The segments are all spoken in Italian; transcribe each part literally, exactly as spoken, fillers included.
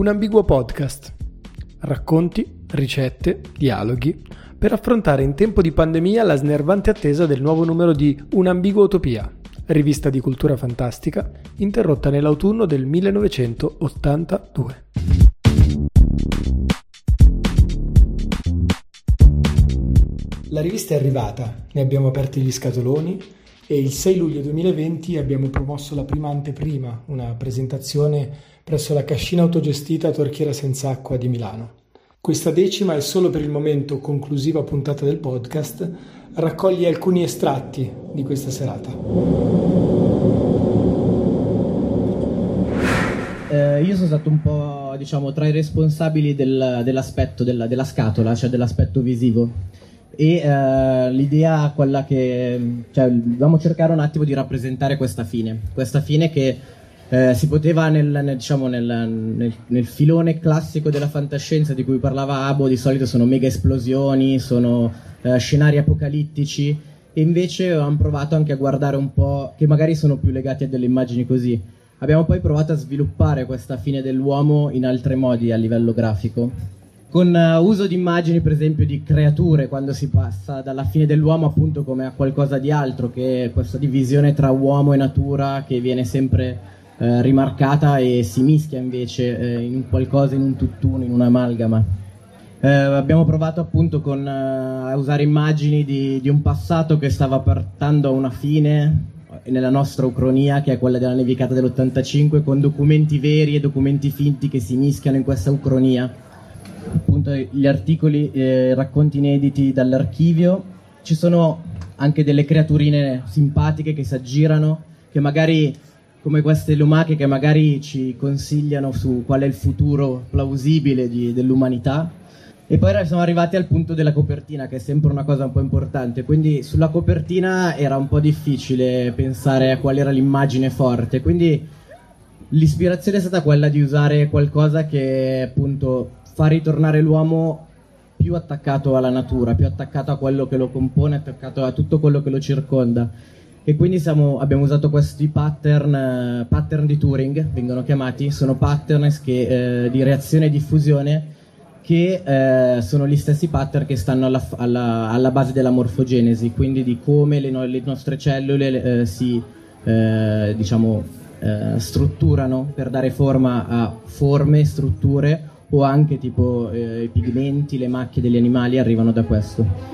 Un ambiguo podcast. Racconti, ricette, dialoghi per affrontare in tempo di pandemia la snervante attesa del nuovo numero di Un'ambigua utopia, rivista di cultura fantastica interrotta nell'autunno del millenovecentottantadue. La rivista è arrivata, ne abbiamo aperti gli scatoloni e il sei luglio duemilaventi abbiamo promosso la prima anteprima, una presentazione presso la cascina autogestita Torchiera Senz'Acqua di Milano. Questa decima e solo per il momento conclusiva puntata del podcast raccoglie alcuni estratti di questa serata. Eh, io sono stato un po', diciamo, tra i responsabili del, dell'aspetto della, della scatola, cioè dell'aspetto visivo. E eh, l'idea è quella che, cioè, dobbiamo cercare un attimo di rappresentare questa fine, questa fine che eh, si poteva nel, nel, diciamo, nel, nel, nel filone classico della fantascienza di cui parlava Abo, di solito sono mega esplosioni, sono eh, scenari apocalittici, e invece hanno provato anche a guardare un po', che magari sono più legati a delle immagini così. Abbiamo poi provato a sviluppare questa fine dell'uomo in altri modi a livello grafico, con uh, uso di immagini, per esempio, di creature, quando si passa dalla fine dell'uomo appunto come a qualcosa di altro, che è questa divisione tra uomo e natura che viene sempre uh, rimarcata e si mischia invece uh, in un qualcosa, in un tutt'uno, in un'amalgama. Uh, abbiamo provato appunto con, uh, a usare immagini di, di un passato che stava portando a una fine nella nostra ucronia, che è quella della nevicata dell'ottantacinque, con documenti veri e documenti finti che si mischiano in questa ucronia. Appunto gli articoli, eh, racconti inediti dall'archivio. Ci sono anche delle creaturine simpatiche che si aggirano, che magari, come queste lumache, che magari ci consigliano su qual è il futuro plausibile di, dell'umanità. E poi siamo arrivati al punto della copertina, che è sempre una cosa un po' importante. Quindi sulla copertina era un po' difficile pensare a qual era l'immagine forte, quindi l'ispirazione è stata quella di usare qualcosa che appunto fa ritornare l'uomo più attaccato alla natura, più attaccato a quello che lo compone, attaccato a tutto quello che lo circonda. E quindi siamo, abbiamo usato questi pattern, eh, pattern di Turing, vengono chiamati, sono pattern che, eh, di reazione e diffusione, che eh, sono gli stessi pattern che stanno alla, alla, alla base della morfogenesi, quindi di come le, no, le nostre cellule eh, si eh, diciamo, eh, strutturano per dare forma a forme, strutture, o anche tipo eh, i pigmenti, le macchie degli animali arrivano da questo.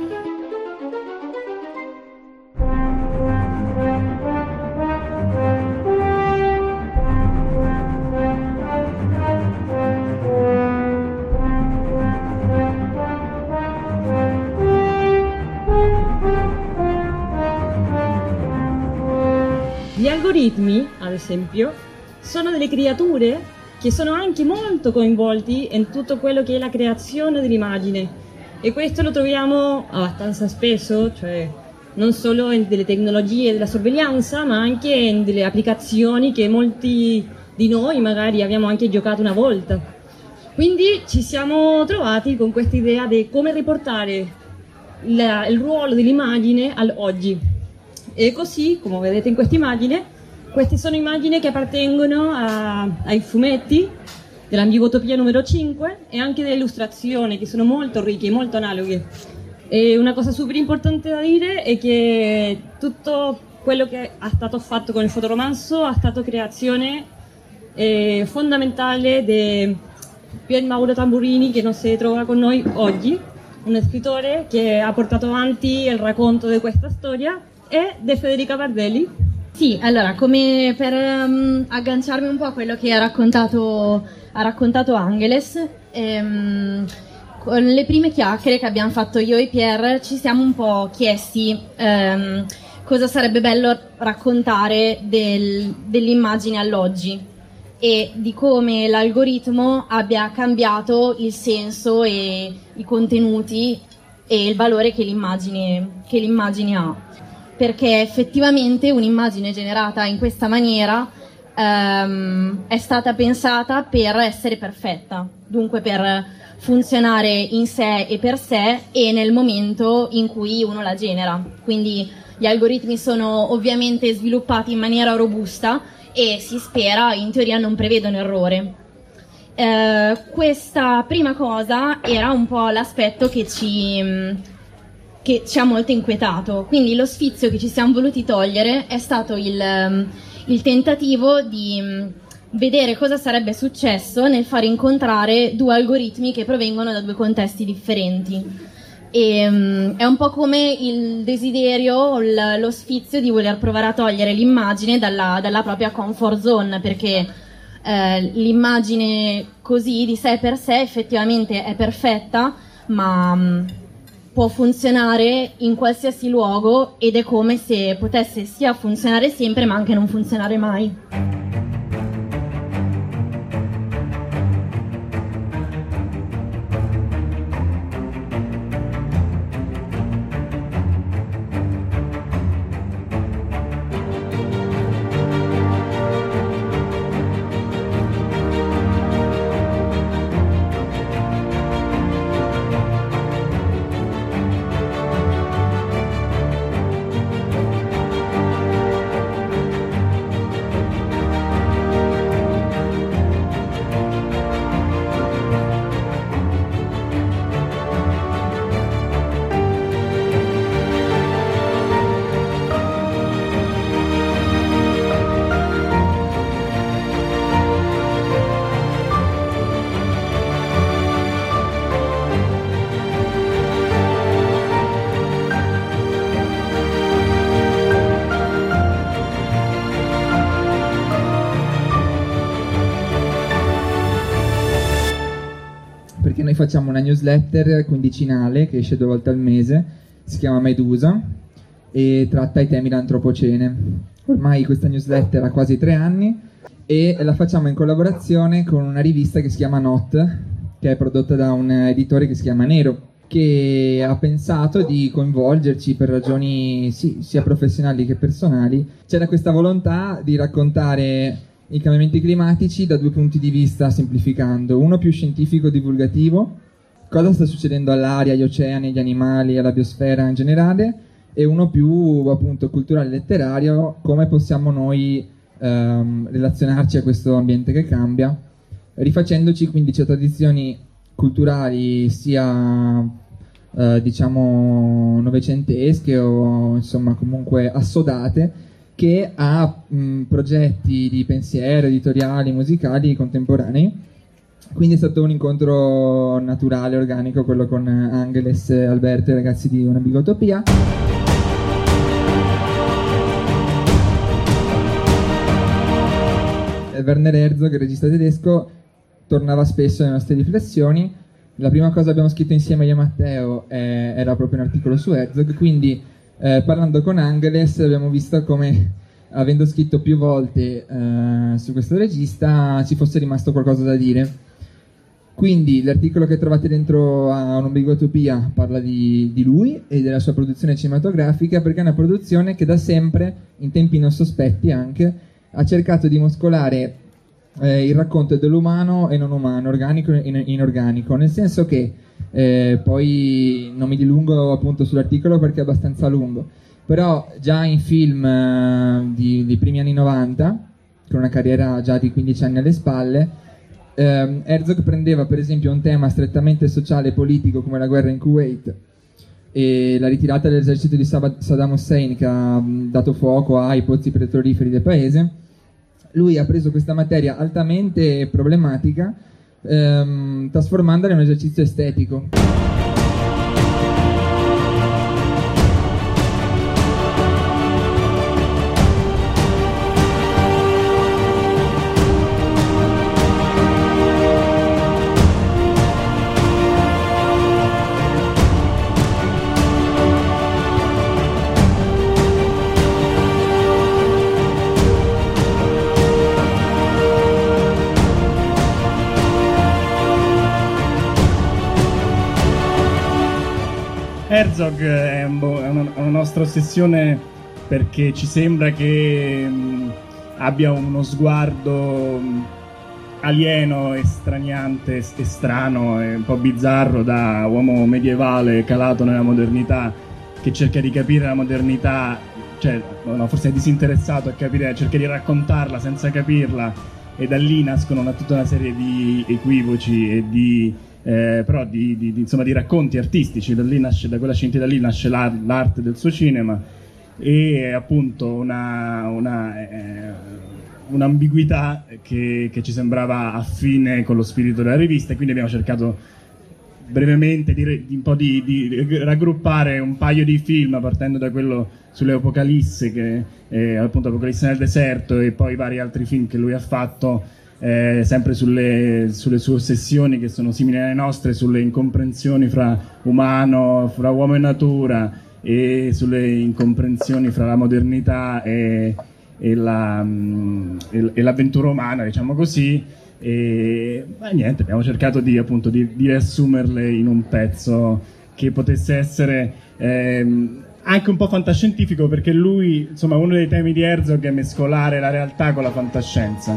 Gli algoritmi, ad esempio, sono delle creature che sono anche molto coinvolti in tutto quello che è la creazione dell'immagine, e questo lo troviamo abbastanza spesso, cioè non solo in delle tecnologie della sorveglianza, ma anche in delle applicazioni che molti di noi magari abbiamo anche giocato una volta. Quindi ci siamo trovati con questa idea di come riportare la, il ruolo dell'immagine all'oggi. E così, come vedete in questa immagine, queste sono immagini che appartengono a, ai fumetti dell'Ambigua utopia numero cinque e anche delle illustrazioni, che sono molto ricche e molto analoghe. E una cosa super importante da dire è che tutto quello che è stato fatto con il fotoromanzo è stato creazione eh, fondamentale di Pier Mauro Tamburini, che non si trova con noi oggi, un scrittore che ha portato avanti il racconto di questa storia, e di Federica Bardelli. Sì, allora, come per um, agganciarmi un po' a quello che ha raccontato, ha raccontato Angeles, ehm, con le prime chiacchiere che abbiamo fatto io e Pier ci siamo un po' chiesti ehm, cosa sarebbe bello raccontare del, dell'immagine all'oggi e di come l'algoritmo abbia cambiato il senso e i contenuti e il valore che l'immagine, che l'immagine ha. Perché effettivamente un'immagine generata in questa maniera ehm, è stata pensata per essere perfetta, dunque per funzionare in sé e per sé e nel momento in cui uno la genera. Quindi gli algoritmi sono ovviamente sviluppati in maniera robusta e si spera, in teoria non prevedono errore. eh, questa prima cosa era un po' l'aspetto che ci, che ci ha molto inquietato. Quindi lo sfizio che ci siamo voluti togliere è stato il, il tentativo di vedere cosa sarebbe successo nel far incontrare due algoritmi che provengono da due contesti differenti. E, um, è un po' come il desiderio, il, lo sfizio di voler provare a togliere l'immagine dalla, dalla propria comfort zone, perché eh, l'immagine così di sé per sé effettivamente è perfetta, ma um, può funzionare in qualsiasi luogo ed è come se potesse sia funzionare sempre ma anche non funzionare mai. Perché noi facciamo una newsletter quindicinale che esce due volte al mese, si chiama Medusa e tratta i temi dell'antropocene. Ormai questa newsletter ha quasi tre anni e la facciamo in collaborazione con una rivista che si chiama Not, che è prodotta da un editore che si chiama Nero, che ha pensato di coinvolgerci per ragioni sì, sia professionali che personali. C'era questa volontà di raccontare i cambiamenti climatici da due punti di vista, semplificando: uno più scientifico divulgativo, cosa sta succedendo all'aria, agli oceani, agli animali, alla biosfera in generale, e uno più appunto culturale e letterario, come possiamo noi ehm, relazionarci a questo ambiente che cambia, rifacendoci quindi a tradizioni culturali sia eh, diciamo novecentesche o insomma comunque assodate, che ha mh, progetti di pensiero, editoriali, musicali contemporanei. Quindi è stato un incontro naturale, organico, quello con Angeles, Alberto e i ragazzi di Una Bigotopia. Werner Herzog, il regista tedesco, tornava spesso nelle nostre riflessioni. La prima cosa che abbiamo scritto insieme io e Matteo eh, era proprio un articolo su Herzog, quindi Eh, parlando con Angeles abbiamo visto come, avendo scritto più volte eh, su questo regista, ci fosse rimasto qualcosa da dire. Quindi l'articolo che trovate dentro a Un'Bigotopia parla di, di lui e della sua produzione cinematografica, perché è una produzione che da sempre, in tempi non sospetti anche, ha cercato di mescolare eh, il racconto dell'umano e non umano, organico e inorganico, nel senso che Eh, poi non mi dilungo appunto sull'articolo perché è abbastanza lungo, però già in film eh, di, dei primi anni novanta, con una carriera già di quindici anni alle spalle, eh, Herzog prendeva per esempio un tema strettamente sociale e politico come la guerra in Kuwait e la ritirata dell'esercito di Saddam Hussein che ha dato fuoco ai pozzi petroliferi del paese. Lui ha preso questa materia altamente problematica, Ehm, trasformandola in un esercizio estetico. Herzog è, un è una, una nostra ossessione perché ci sembra che mh, abbia uno sguardo mh, alieno, estraniante e strano e un po' bizzarro da uomo medievale calato nella modernità, che cerca di capire la modernità, cioè no, forse è disinteressato a capire, cerca di raccontarla senza capirla e da lì nascono una, tutta una serie di equivoci e di, eh, però di, di, di, insomma, di racconti artistici. Da lì nasce, da quella scintilla lì nasce l'ar- l'arte del suo cinema e appunto una, una eh, un'ambiguità che, che ci sembrava affine con lo spirito della rivista, e quindi abbiamo cercato brevemente di, di, un po' di, di raggruppare un paio di film, partendo da quello sulle Apocalisse, che è appunto Apocalisse nel deserto, e poi vari altri film che lui ha fatto, eh, sempre sulle, sulle sue ossessioni che sono simili alle nostre, sulle incomprensioni fra umano, fra uomo e natura, e sulle incomprensioni fra la modernità e, e, la, e, e l'avventura umana, diciamo così. E beh, niente, abbiamo cercato di, appunto, di, di riassumerle in un pezzo che potesse essere ehm, anche un po' fantascientifico, perché lui, insomma, uno dei temi di Herzog è mescolare la realtà con la fantascienza.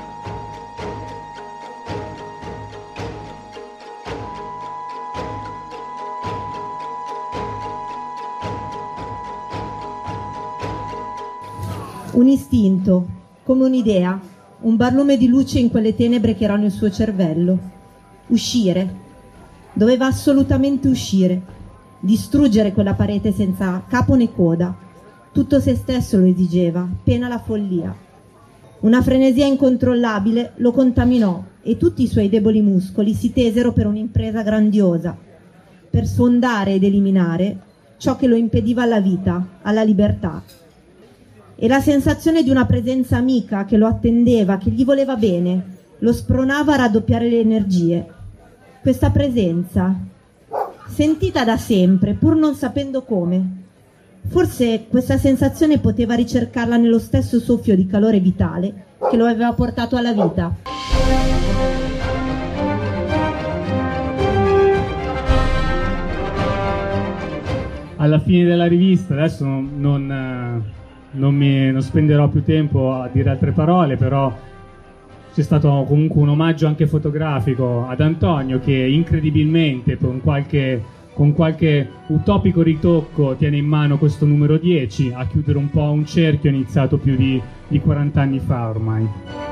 Un istinto, come un'idea, un barlume di luce in quelle tenebre che erano il suo cervello. Uscire. Doveva assolutamente uscire. Distruggere quella parete senza capo né coda. Tutto se stesso lo esigeva, pena la follia. Una frenesia incontrollabile lo contaminò e tutti i suoi deboli muscoli si tesero per un'impresa grandiosa, per sfondare ed eliminare ciò che lo impediva alla vita, alla libertà. E la sensazione di una presenza amica che lo attendeva, che gli voleva bene, lo spronava a raddoppiare le energie. Questa presenza, sentita da sempre, pur non sapendo come. Forse questa sensazione poteva ricercarla nello stesso soffio di calore vitale che lo aveva portato alla vita. Alla fine della rivista, adesso non... non Non, mi, non spenderò più tempo a dire altre parole, però c'è stato comunque un omaggio anche fotografico ad Antonio, che incredibilmente con qualche, con qualche utopico ritocco tiene in mano questo numero dieci a chiudere un po' un cerchio iniziato più di, di quaranta anni fa ormai.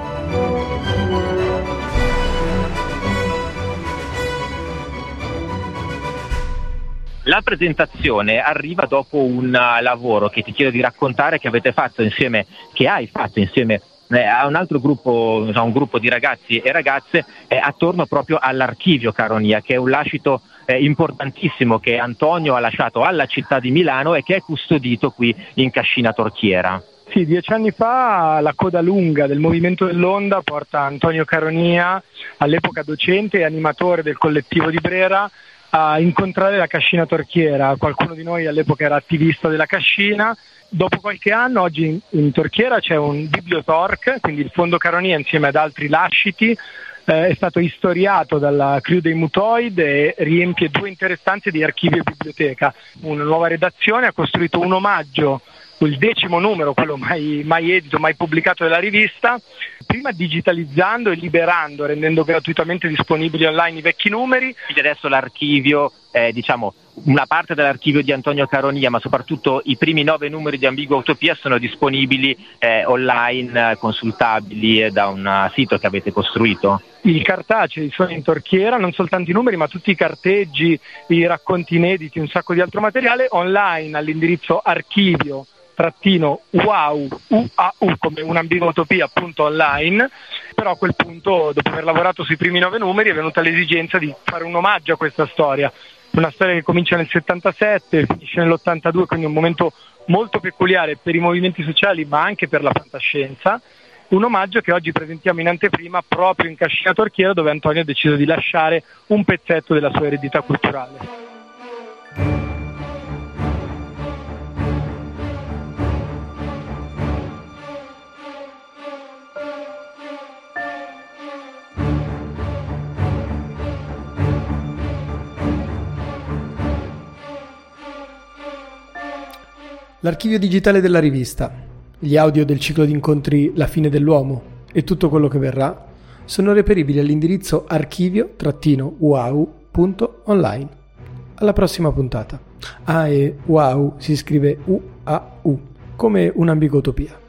La presentazione arriva dopo un lavoro che ti chiedo di raccontare, che avete fatto insieme, che hai fatto insieme eh, a un altro gruppo, insomma, un gruppo di ragazzi e ragazze eh, attorno proprio all'Archivio Caronia, che è un lascito eh, importantissimo che Antonio ha lasciato alla città di Milano e che è custodito qui in Cascina Torchiera. Sì, dieci anni fa la coda lunga del Movimento dell'Onda porta Antonio Caronia, all'epoca docente e animatore del collettivo di Brera, a incontrare la Cascina Torchiera. Qualcuno di noi all'epoca era attivista della Cascina. Dopo qualche anno, oggi in, in Torchiera c'è un bibliotorc, quindi il Fondo Caronia insieme ad altri lasciti eh, è stato istoriato dalla crew dei Mutoid e riempie due intere stanze di archivio e biblioteca. Una nuova redazione ha costruito un omaggio, il decimo numero, quello mai, mai edito, mai pubblicato della rivista, prima digitalizzando e liberando, rendendo gratuitamente disponibili online i vecchi numeri. Quindi adesso l'archivio, eh, diciamo, una parte dell'archivio di Antonio Caronia, ma soprattutto i primi nove numeri di Ambigua Utopia sono disponibili eh, online, eh, consultabili eh, da un sito che avete costruito? I cartacei sono in Torchiera, non soltanto i numeri, ma tutti i carteggi, i racconti inediti, un sacco di altro materiale online all'indirizzo archivio trattino wow, U A U, come un'ambigua utopia appunto online. Però a quel punto, dopo aver lavorato sui primi nove numeri, è venuta l'esigenza di fare un omaggio a questa storia, una storia che comincia nel settantasette e finisce nell'ottantadue, quindi un momento molto peculiare per i movimenti sociali ma anche per la fantascienza. Un omaggio che oggi presentiamo in anteprima proprio in Cascina Torchiera, dove Antonio ha deciso di lasciare un pezzetto della sua eredità culturale. L'archivio digitale della rivista, gli audio del ciclo di incontri La fine dell'uomo e tutto quello che verrà sono reperibili all'indirizzo archivio-wow punto online. Alla prossima puntata. Ah, e wow si scrive U A U, come un'ambigua utopia.